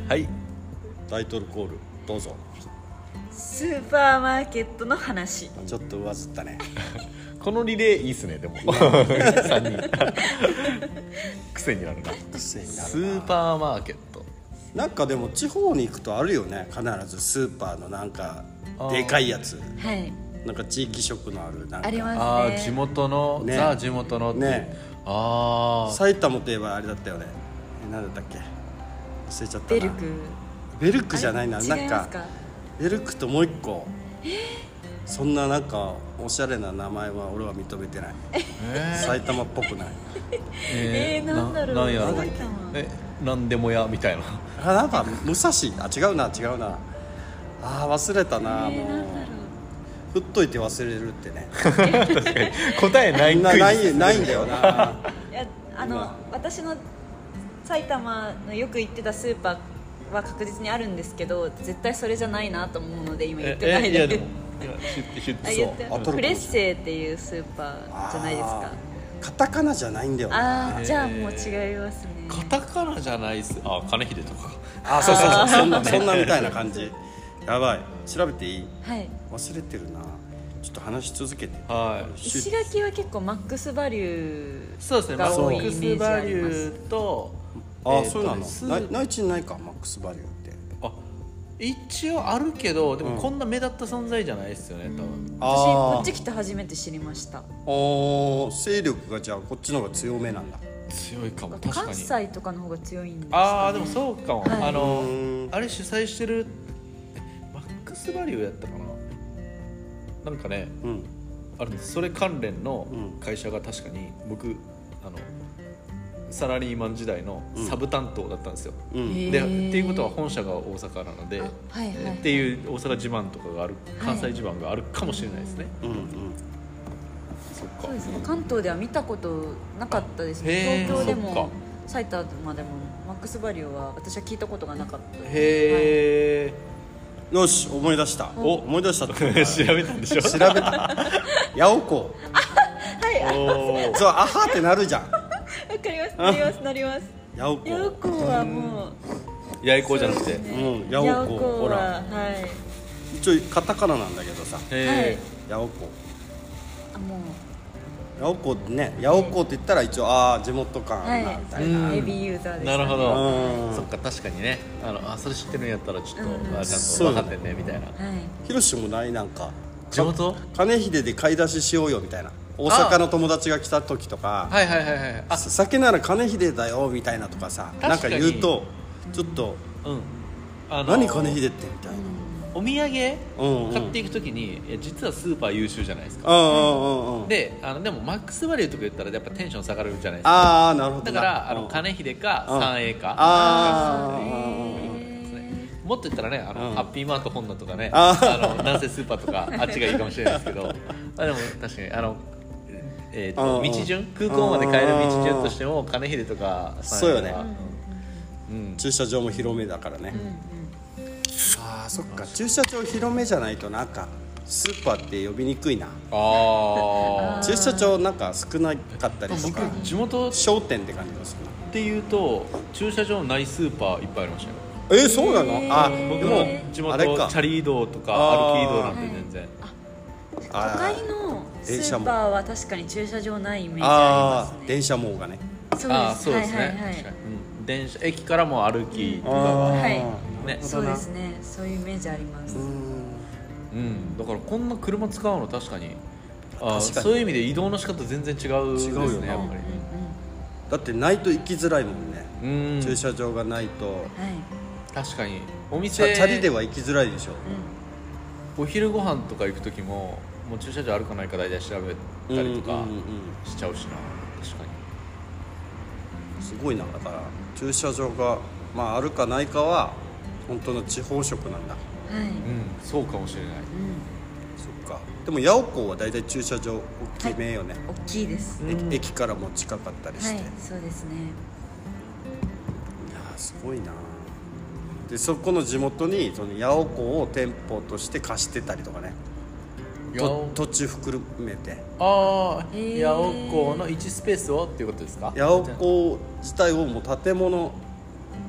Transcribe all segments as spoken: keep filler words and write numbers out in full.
はい、 タイトルコールどうぞ。 スーパーマーケットの話。 ちょっと上ずったねこのリレーいいっすね。でもさんにん癖になるな。 癖になるな。 スーパーマーケットなんかでも地方に行くとあるよね、必ずスーパーのなんかでかいやつ、 はい、 なんか地域色のあるなんかありますね。 あー地元の、 ね、 ザ地元のってね。 あ埼玉といえばあれだったよね、何だったっけ、忘れちゃったな。 ベルクベルクじゃないな、 違いなんかますか。 ベルクともう一個、そんななんかおしゃれな名前は俺は認めてない。 えー、 埼玉っぽくない。 えー、なんだろう。 ななんやろ埼玉えなんでもやみたいなあ、なんか武蔵、あ、違うな違うな、あー忘れたな、 えー、 もうなんだろ振っといて忘れるってね確かに答えないクイズなないないんだよな。 う。いや、あの私の埼玉のよく行ってたスーパーは確実にあるんですけど、絶対それじゃないなと思うので今言ってないで。 ええいやでもいや知って知ってそうあ、言ってあとフレッセーっていうスーパーじゃないですか。 カタカナじゃないんだよな。 ああ、じゃあもう違いますね。 カタカナじゃないっす。あ、金秀とかあ、そうそうそう、そんなそんなみたいな感じ。やばい、調べていい？ はい。 忘れてるな。ちょっと話し続けて。 はい石垣は結構マックスバリュそうですね。マが多いイメックスージあバリります。 ューとあ、 えーとそうなの。 スない内地にないか、マックスバリューって。 あ、一応あるけどでもうんこんな目立った存在じゃないですよね、多分。 私あーこっち来て初めて知りました。 おー、勢力がじゃあこっちの方が強めなんだ。 強いかも。確か関に。 西とかの方が強いんですかね。 ああでもそうかも。 はいあのうんあれ主催してるえマックスバリューやったかな。なんかねうんあるんです。それ関連のうん会社が確かに僕あのサラリーマン時代のサブ担当だったんですよ。 うんへーでっていうことは本社が大阪なので、 あ、はいはい。 っていう大阪地盤とかがある、関西地盤があるかもしれないですね。 うんうん。 そっかそうですね。関東では見たことなかったですへね。 ー東京でそっかも埼玉でもマックスバリューは私は聞いたことがなかったです。 へえ、 よし、思い出した。 お思い出したって調べたんでしょ。 調べた。ヤオコ。 おーそう、あはってなるじゃん。 わかります。なりますなります。 ヤオコ。 ヤオコーはもう八重子じゃなくて、 そうですねうんヤオコーヤオコーはほらはい一応カタカナなんだけどさ。 へヤオコ。 あもヤオコね、ヤオコって言ったら一応ああ地元感あるなみたいな。 うんうヘビーユーザーえ、 です、 なるほうど。 んそっか、確かにね、あのあそれ知ってるんやったらちょっと、 うんあちゃんと分かってんねみたいな。 はい。 ヒロシもないなんか地元？ 金秀で買い出ししようよみたいな。大阪の友達が来た時とか、 はいはいはいはい。あ、 酒なら金秀だよみたいなとかさ、なんか確かに言うとちょっとうん。あの何金秀ってみたいな。 お土産うんうん買っていくときに、いや実はスーパー優秀じゃないですか。 うんうんうんうん。 で、あのでもマックスバリューとか言ったらやっぱテンション下がるじゃないですか。 ああなるほどな。 だからあのうん金秀かうん三栄か。 あもっと言ったらね、あの、 うんハッピーマート本田とかね、 ああの南西スーパーとかあっちがいいかもしれないですけど、あでも確かにあの、えー、とうんうん道順空港まで帰る道順としても金秀とかそうよね三栄はうん駐車場も広めだからね。ああそっか、駐車場広めじゃないとなんかスーパーって呼びにくいな。 あ駐車場なんか少なかったりあとか僕地元っ商店って感じがするていうと駐車場ないスーパーいっぱいありましたよ。 な。えー、そうなの？あ僕のでも地元あれかチャリ移動とかあー歩き移動なんて全然、 あ都会のスーパーは確かに駐車場ないイメージありますね。 あー電車網がね。 そうあーです。 そうですね、 はいはいはい確かに、うん、電車駅からも歩きとかあがーはいねそうですね。そういうイメージあります。 うんうん、だからこんな車使うの確かにあ確かにそういう意味で移動の仕方全然違うですね違うよなやっぱりだってないと行きづらいもんね。 うん駐車場がないとはい。 確かにおチ店ャチャリでは行きづらいでしょ。 お昼ご飯とか行く時ももう駐車場あるかないか大体調べたりとかうんうんうんしちゃうしな確かにすごいな。だから駐車場がまああるかないかは本当の地方色なんだ。 はい。 うんそうかもしれないそっか。でも八尾港はだいたい駐車場大きめよね。 大きいです。 駅駅からも近かったりして、 はい。そうですね。 いやーすごいな。でそこの地元にその八尾港を店舗として貸してたりとかね。 八尾と土地含めてああへー八尾港のいちスペースをっていうことですか。 八尾港自体をもう建物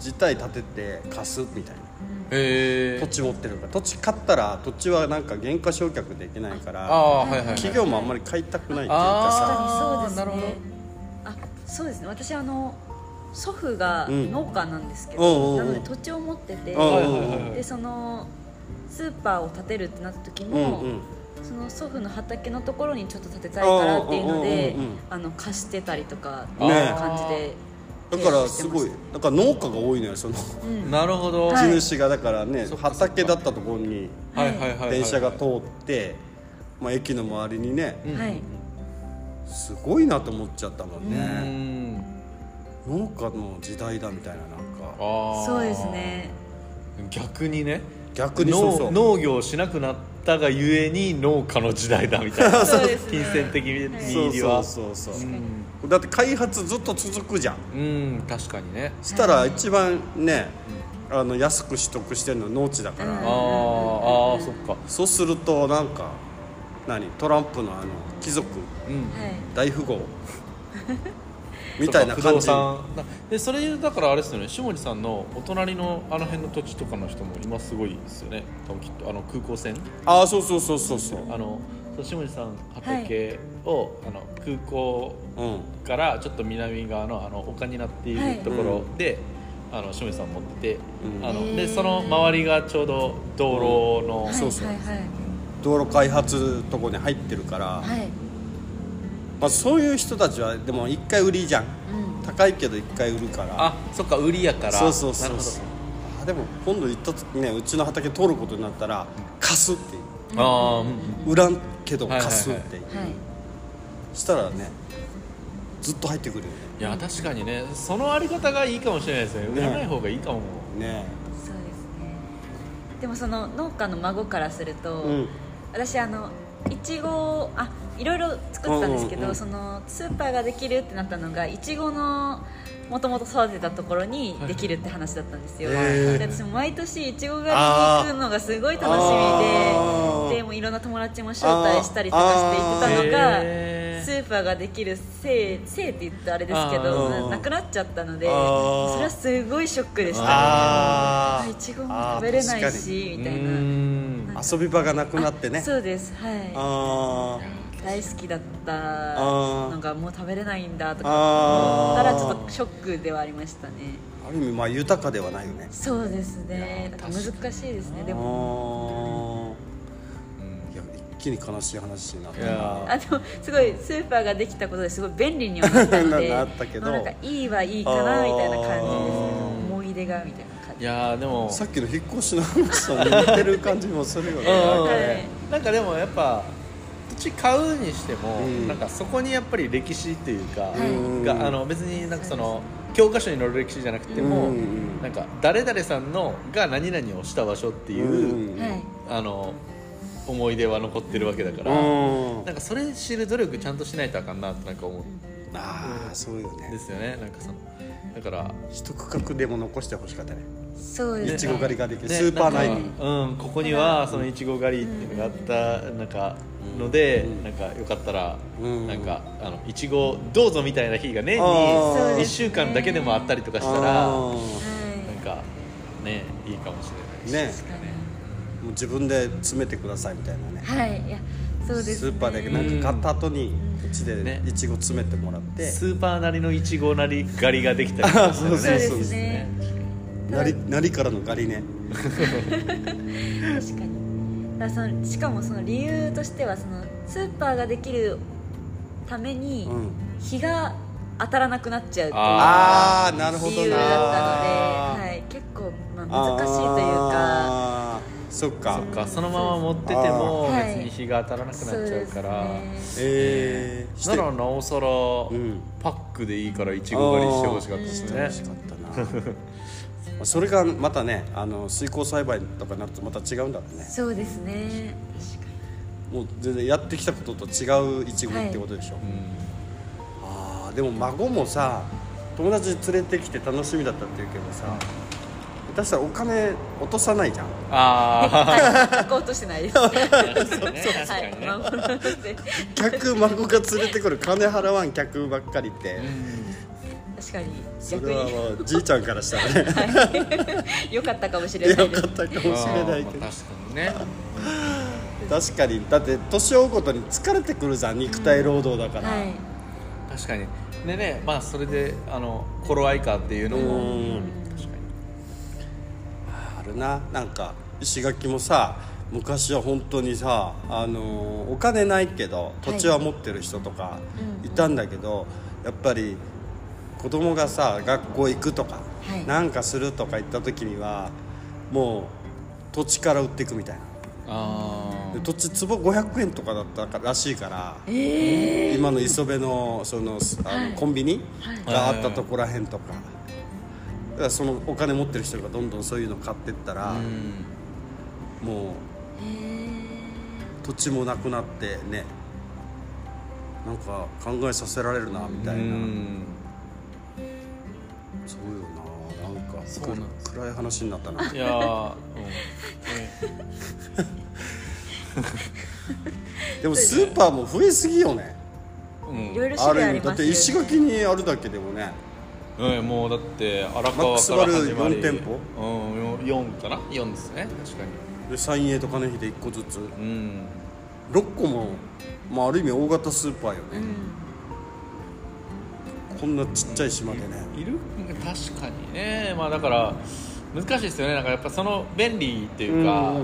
自体建てて貸すみたいな。 へえ土地持ってるから土地買ったら土地はなんか減価償却できないからああはいはい、はい、 企業もあんまり買いたくないっていうかあさ確かにそうですねなるほどあそうですね私あの祖父が農家なんですけど、 うんなので土地を持ってて、 うんうんうんでそのスーパーを建てるってなった時も、 うんうんその祖父の畑のところにちょっと建てたいからっていうのでうんうんうんうんあの貸してたりとかねいう感じでだからすごいだから農家が多いのよそのうんなるほど、 はい地主がだからねそっかそっか畑だったところにはいはいはいはいはい電車が通ってまあ駅の周りにねうんはいすごいなと思っちゃったもんうねん農家の時代だみたいななんかあーそうですね逆にね逆にそうそう農農業をしなくなったがゆえに農家の時代だみたいなそうですね金銭的にそうそうはそうそううん、 だって開発ずっと続くじゃんうん、確かにねしたら一番ねあの安く取得してるのは農地だから、 うんあーあーそっかそうするとなんか何トランプのあの貴族うんはい大富豪みたいな不感じ動産だでそれだからあれですよね下地さんのお隣のあの辺の土地とかの人も今すごいですよね多分きっとあの空港線ああそうそうそうそうそうあのそう下地さん畑を、あの空港うんからちょっと南側のあの丘になっているところで、あの下地さん持ってて、 うんあのへーでその周りがちょうど道路の、 はいそうそうはいはい道路開発とこに入ってるから、 はいまあ、そういう人たちはでも一回売りじゃんうん高いけど一回売るからあそっか売りやからそうそうそうなるほそうあでも今度行った時ねうちの畑通ることになったら貸すっていうどああ、うんうん売らんけど貸すっていう、 はいしたらねずっと入ってくるよいや確かにねそのあり方がいいかもしれないですね売らない方がいいかも、 ねねそうですねでもその農家の孫からすると、 うん私あのいちごあいろいろ作ってたんですけど、 うんうんうんそのスーパーができるってなったのがいちごのもともと育てたところにできるって話だったんですよ、 へーで私も毎年いちご狩りに行くのがすごい楽しみあーででもういろんな友達も招待したりとかして行ってたのがへースーパーができるせいせいって言ってあれですけどあーななくなっちゃったのであーそれはすごいショックでしたねあーいちごも食べれないしみたいなうーんなんか遊び場がなくなってねそうですはいあ大好きだったあーのがもう食べれないんだとかあー思ったらちょっとショックではありましたねあある意味まあ豊かではないよねそうですねなんか難しいですねでもあーいや一気に悲しい話になったいやあのすごいスーパーができたことですごい便利にはなったのでなったけどまあなんかいいはいいかなみたいな感じですねあー思い出がみたいな感いじやーでもさっきの引っ越しの話と似てる感じもするよねうんはいなんかでもやっぱ土地買うにしても、 うんなんかそこにやっぱり歴史っていうか、 はいがあの別になんかその教科書に載る歴史じゃなくても、 うんうんなんか誰々さんのが何々をした場所っていう、 うんはいあの思い出は残ってるわけだから、 うんなんかそれ知る努力ちゃんとしないとあかんなってなんか思うんああそうよねですよね。なんかそのだから一区画でも残してほしかったねそうですねいちご狩りができる、 ねスーパー内になんかうん、ここにはそのいちご狩りっていうのがあったなんかので、 うんなんかよかったら、 うんなんかあのいちごどうぞみたいな日が年あーにいっしゅうかんだけでもあったりとかしたら、 あはなんいかねいいかもしれないーね確かもう自分で詰めてくださいみたいなねにはいいやそうですねスーパーでなんか買った後にうちでねいちご詰めてもらって、 スーパーなりのいちごなり狩りができたりとかしたらねそうそうそうですねなりなりからの狩りね確かにだからそのしかもその理由としてはそのスーパーができるためにうん日が当たらなくなっちゃうっていうああなるほどな理由だったので、はい、結構まあ難しいというかあーそっかそっかそのまま持っててもあー別に日が当たらなくなっちゃうから、 そうですねえー、してならなおさらんパックでいいからいちご狩りしてほしかったですねしてほしかったなまあそれがまたねあの水耕栽培とかになるとまた違うんだろうねそうですねもう全然やってきたことと違ういちごってことでしょ、 うんあーでも孫もさ友達連れてきて楽しみだったって言うけどさ下手したらお金落とさないじゃんあはい書こうとしてないですあそうね確かはいにね、 孫なので客孫が連れてくる金払わん客ばっかりって、 確確かにそ逆にれはもうじいちゃんからしたらねはい良かったかもしれないですよかったかもしれないけど、 まあ確かにね確かにだって年を追うごとに疲れてくるじゃん、肉体労働だから、 はい確かにでね、まあそれであの頃合いかっていうのもうん確かにあるな。なんか石垣もさ、昔は本当にさ、あのーお金ないけど土地は持ってる人とかいたんだけど、やっぱり子供がさ学校行くとか、 はいなんかするとか言った時にはもう土地から売っていくみたいな。 あで土地坪ごひゃくえんとかだったらしいから、 えー、 今の磯部のそのあの、 はいコンビニはいがあったとこらへんとか、だからそのお金持ってる人がどんどんそういうの買ってったら、 あうんもう土地もなくなってね、なんか考えさせられるなみたいな、 うんそうよな、なんかそうなんです暗い話になったな。 いやー、うんねでもスーパーも増えすぎよね。 うんいろいろ種類ありだってますよね。 石垣にあるだけでもね、 うん、もうだって荒マッ川クスバルから始まりよん店舗、 うん、よんかなよんですね確かで三栄と金秀いっこずつ、 にうんろっこも、まあ、ある意味大型スーパーよね、こんなちっちゃい島でね。 いる確かにね、まあだから難しいですよね。なんかやっぱその便利っていうか、 うんうんうん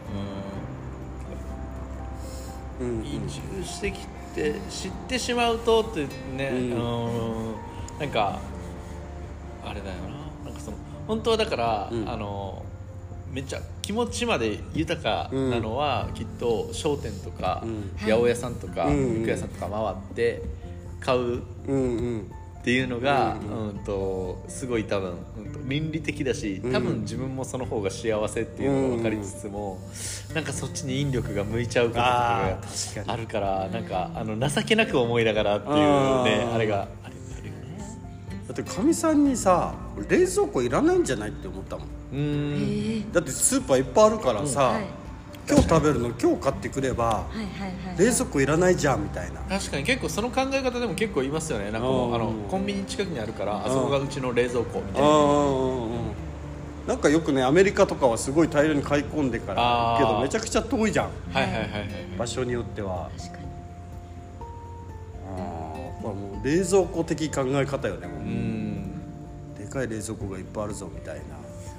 うん移住してきて知ってしまうとってね、 うんうんなんかあれだよな、なんかその本当はだから、 うんあのめっちゃ気持ちまで豊かなのは、きっと商店とか、 うん八百屋さんとか、 うん肉屋さんとか回って買ううんうんっていうのが、 うんうんとすごい多分、うんと倫理的だし、多分自分もその方が幸せっていうのが分かりつつも、なんかそっちに引力が向いちゃうこととかあがー確かにあるからなんかあの情けなく思いながらっていうねあーあれがあるあるよね。 だってかみさんにさ、冷蔵庫いらないんじゃないって思ったもん。 うえーんーだってスーパーいっぱいあるからさ、 はい今日食べるの今日買ってくればはいはいはい冷蔵庫いらないじゃんみたいな。 確かに結構その考え方でも結構いますよね。なんかもうあのうんコンビニ近くにあるからあそこがうちの冷蔵庫みたいな。 あーなんかよくね、アメリカとかはすごい大量に買い込んでからあーけどめちゃくちゃ遠いじゃん、 はいはいはいはい場所によっては。 確かにあーこれもう冷蔵庫的考え方よね。もううーんでかい冷蔵庫がいっぱいあるぞみたいな。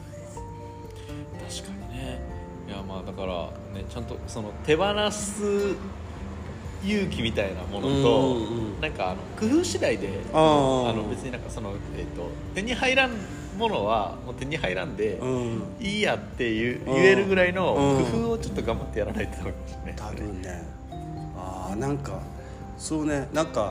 確かにね。いやまあだからねちゃんとその手放す勇気みたいなものと、 うんうんなんかあの工夫次第であーあの別になんかその、えー、と手に入らんものはもう手に入らんで、 うんいいやって言ううん言えるぐらいのうん工夫をちょっと頑張ってやらないとダメかもしれないです多ね。 分ね。ああなんかそうね、なんか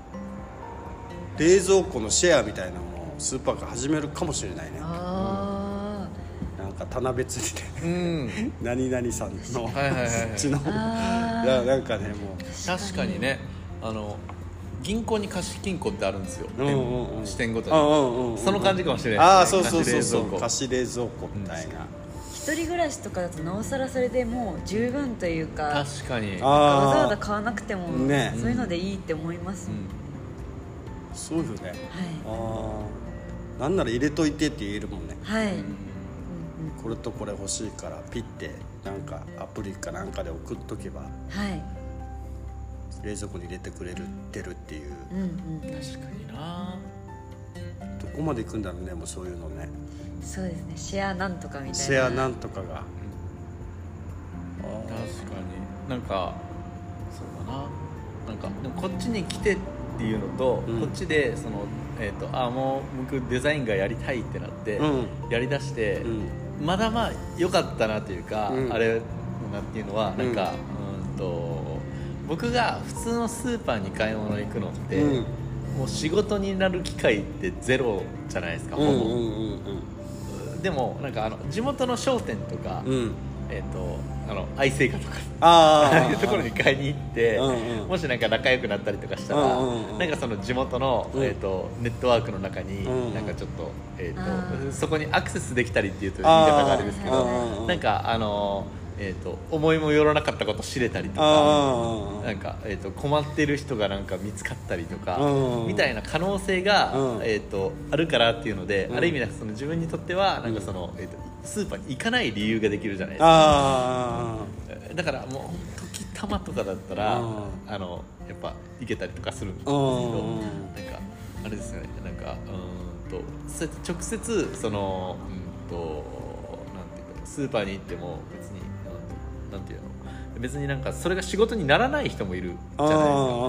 冷蔵庫のシェアみたいなのもスーパーが始めるかもしれないね。 あなんか棚別にねうん何々さんのはいはいはいはいそっちのあーいやなんかねも確かにねあの銀行に貸金庫ってあるんですよ、 ううんうんうん支店ごとうんに、 うんうんうんその感じかもしれないああですね。 そうそうそうそう貸し冷蔵庫貸し冷蔵庫みたいな、 一人暮らしとかだとなおさらそれでもう十分というか確かにあわざわざ買わなくても、 ねそういうのでいいって思います、 うんそうよね。 はいああなんなら入れといてって言えるもんね。 はい、うんうんこれとこれ欲しいからピッてなんかアプリかなんかで送っとけばはい冷蔵庫に入れてくれるってるっていう、 うんうん確かにな。 どこまで行くんだろうね。もうそういうのね、 そうですねシェアなんとかみたいなシェアなんとかが確かになんかそうだな。なんかでもこっちに来てっていうのと、 うんこっちでそのえっ、とあもう僕デザインがやりたいってなって、 うんやりだして、 うんまだまあ良かったなというか、 うんあれなんていうのはなんか、うん、と僕が普通のスーパーに買い物行くのって、 うんもう仕事になる機会ってゼロじゃないですか、ほぼ、 うんうんうんでもなんかあの地元の商店とか、 うんうんえー、とあの愛生家とかあああいうところに買いに行って、 うんうんもしなんか仲良くなったりとかしたら、 うんうんうんなんかその地元の、 うんえー、とネットワークの中に、 うんうんなんかちょっと,、えー、 あとーそこにアクセスできたりっていうと言い方があれですけど、 あーうんうんなんかあの、 えー、と思いもよらなかったこと知れたりとかなんか、えー、と困ってる人がなんか見つかったりとかみたいな可能性が、えー、とあるからっていうので、ある意味その自分にとってはなんかその、えー、とスーパーに行かない理由ができるじゃないですか。 あだからもう時たまとかだったらあのやっぱ行けたりとかするんですけど、なんかあれですよね、なんかうんとそうやって直接そのうんとなんていうかスーパーに行っても別になんていうの別になんかそれが仕事にならない人もいるじゃないですか。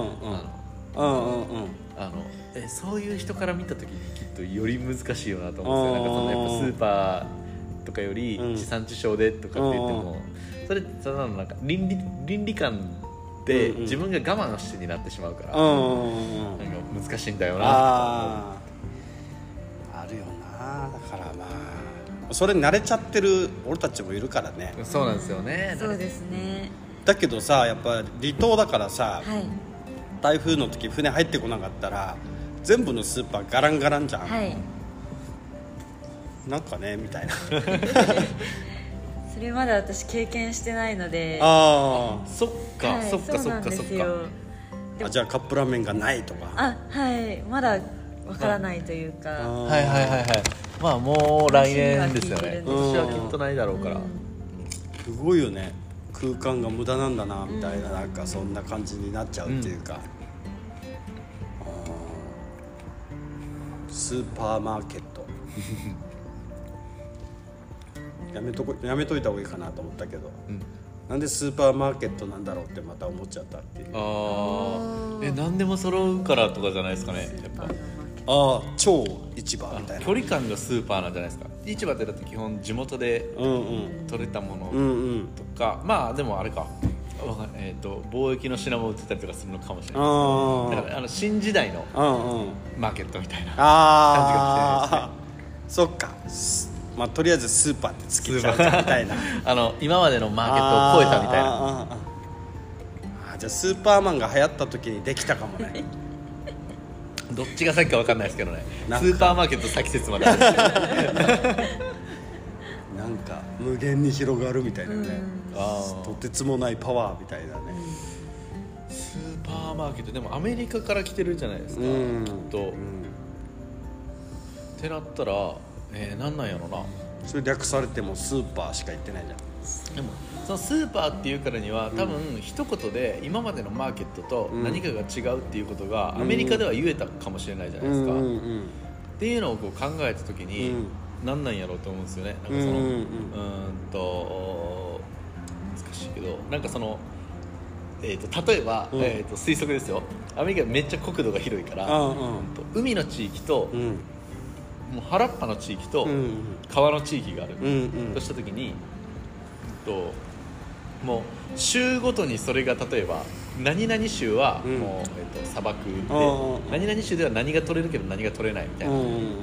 あのえそういう人から見た時にきっとより難しいよなと思うんですよ。なんかそのやっぱスーパーとかより地産地消でとかって言っても、それそのなんか倫理倫理観で自分が我慢してになってしまうから、なんか難しいんだよな。 ああるよな。だからまあそれに慣れちゃってる俺たちもいるからね。 そうなんですよね。 そうですね。 だけどさ、やっぱ離島だからさ、 はい、 台風の時船入ってこなかったら全部のスーパーガランガランじゃん、 はい、 なんかねみたいなそれまで私経験してないので。 ああそっか、はい、そっかそっかそっか。 あじゃあカップラーメンがないとか。 あはいまだわからないというか。 はいはいはいはい。まあもう来年ですよね。今年はきっとないだろうから、うん、 すごいよね。空間が無駄なんだなみたいな、なんかそんな感じになっちゃうっていうか、うん、スーパーマーケットやめとこやめといた方がいいかなと思ったけど、うん、なんでスーパーマーケットなんだろうってまた思っちゃったっていう。 あえ何でも揃うからとかじゃないですかね。やっぱああ超市場みたいな距離感がスーパーなんじゃないですか。市場ってだって基本地元で取れたものとか、うんうん、まあでもあれか、えー、と貿易の品も売ってたりとかするのかもしれないです。だからあの新時代のマーケットみたいな感じがしてですね。そっか、まあ、とりあえずスーパーってつけちゃうみたいなあの今までのマーケットを超えたみたいな。ああじゃあスーパーマンが流行った時にできたかもねどっちが先か分かんないですけどね。スーパーマーケット先説まであるなんか無限に広がるみたいなね、あとてつもないパワーみたいなね、 スーパーマーケットでもアメリカから来てるじゃないですか、きっと、うん、ってなったら、えー、なんなんやろな。 それ略されてもスーパーしか言ってないじゃん。 でもそのスーパーっていうからには多分一言で今までのマーケットと何かが違うっていうことがアメリカでは言えたかもしれないじゃないですか、うんうんうん、っていうのをこう考えた時に、うん、何なんやろうと思うんですよね。なんかその、うんうん、うーんと難しいけどなんかその、えー、と例えば、うんえー、と推測ですよ。アメリカめっちゃ国土が広いから、うんうん、海の地域と、うん、もう原っぱの地域と、うんうん、川の地域がある、うんうん、とした時にともう州ごとにそれが例えば何々州はもう、うんえっと、砂漠で何々州では何が取れるけど何が取れないみたいな、うん、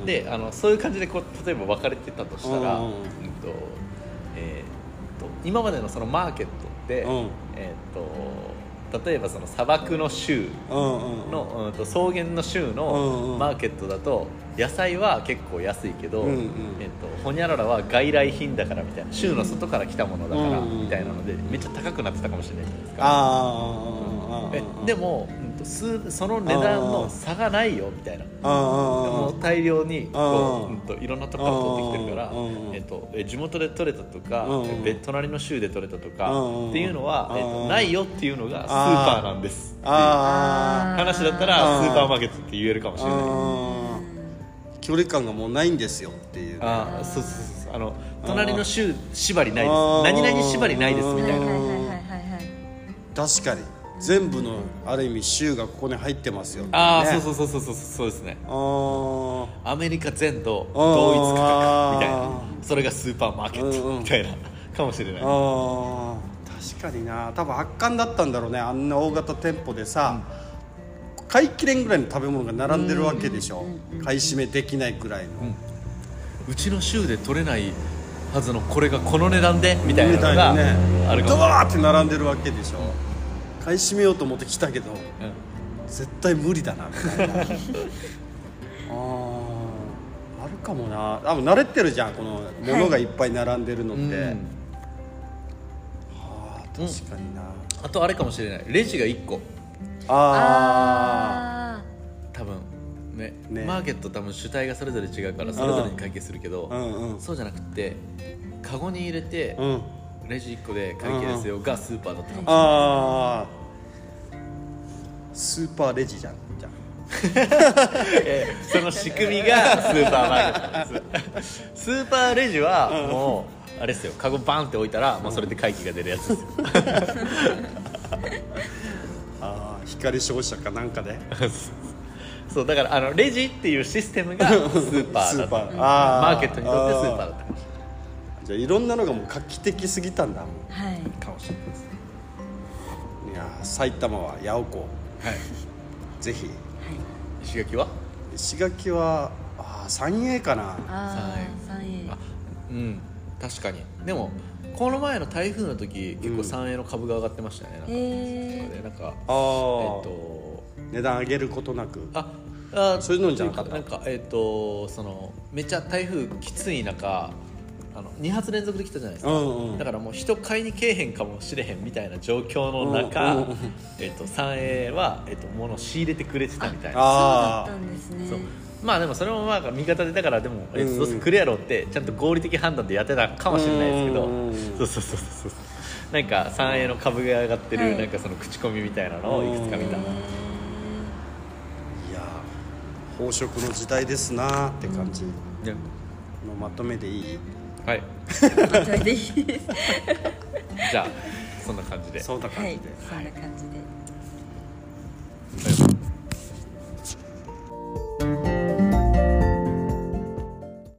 であのそういう感じでこう例えば分かれてたとしたら、うんうんとえー、と今までのそのマーケットって、うんえー、と例えばその砂漠の州の、うんうん、と草原の州のマーケットだと野菜は結構安いけど、うんうんえー、とホニャララは外来品だからみたいな州の外から来たものだからみたいなのでめっちゃ高くなってたかもしれないじゃないですか。あえでもその値段の差がないよみたいな。もう大量にこう、うん、といろんなところから取ってきてるから、えー、と地元で取れたとか隣の州で取れたとかっていうのは、えー、とないよっていうのがスーパーなんですっていう話だったらスーパーマーケットって言えるかもしれない。 距離感がもうないんですよっていう、ね、 あそうそうそうあの隣の州縛りないです何々縛りないですみたいな。 確かに全部のある意味州がここに入ってますよ、ね、 ああそうそうそうそうそうそうですね。あアメリカ全土同一価格みたいなそれがスーパーマーケットみたいな、うんうん、かもしれない。あ確かにな多分圧巻だったんだろうねあんな大型店舗でさ、うん、買い切れんぐらいの食べ物が並んでるわけでしょ、うん、買い占めできないぐらいの、 うん、うちの州で取れないはずのこれがこの値段でみたいなのがあるかもしれない。 ドワーって並んでるわけでしょ、買い占めようと思って来たけど、うん、絶対無理だなみたいなあああるかもな。多分慣れてるじゃんこの物がいっぱい並んでるのって、うん、 うん確かにな。 あとあれかもしれない、レジがいっこああ多分ねねマーケット多分主体がそれぞれ違うからそれぞれに会計するけど、 うんうんそうじゃなくてカゴに入れて、 あうんレジいっこで会計ですよがスーパーだったかもしれない、 ああスーパーレジじゃんじゃんえーその仕組みがスーパーマーケットなんですスーパーレジはもうあれですよ、カゴバンって置いたらもうそれで会計が出るやつですよああ光商社かなんかでそうだからあのレジっていうシステムがスーパーだったスーパーあーマーケットにとってスーパーだったかもしじゃあいろんなのがもう画期的すぎたんだもん。 あはいれないかもしれないですいやー埼玉は八百子はいぜひ。 石垣は石垣はあー三栄かな。 ああ三栄あうん確かにでもこの前の台風の時結構三栄の株が上がってましたよね、 へなんかでなんかあえっーと値段上げることなく。 ああそういうのじゃなかったなんかえっ、とそのめっちゃ台風きつい中あのに発連続で来たじゃないですか、 うんうんだからもう人買いに来えへんかもしれへんみたいな状況の中、 うんうんうんえっと三栄は、えっと物を仕入れてくれてたみたいなあそうだったんですねそうまあでもそれもまあ味方でだからでも、えっとうんうんどうせ来るやろうってちゃんと合理的判断でやってたかもしれないですけど、 うんうんうんそうそうそうそうなんか三栄の株が上がってる、 はいなんかその口コミみたいなのをいくつか見た、 いやー飽食の時代ですなーって感じのまとめでいい？ はいまとめていいですじゃあそんな感じでそうだ感はいじで、 そんな感じではい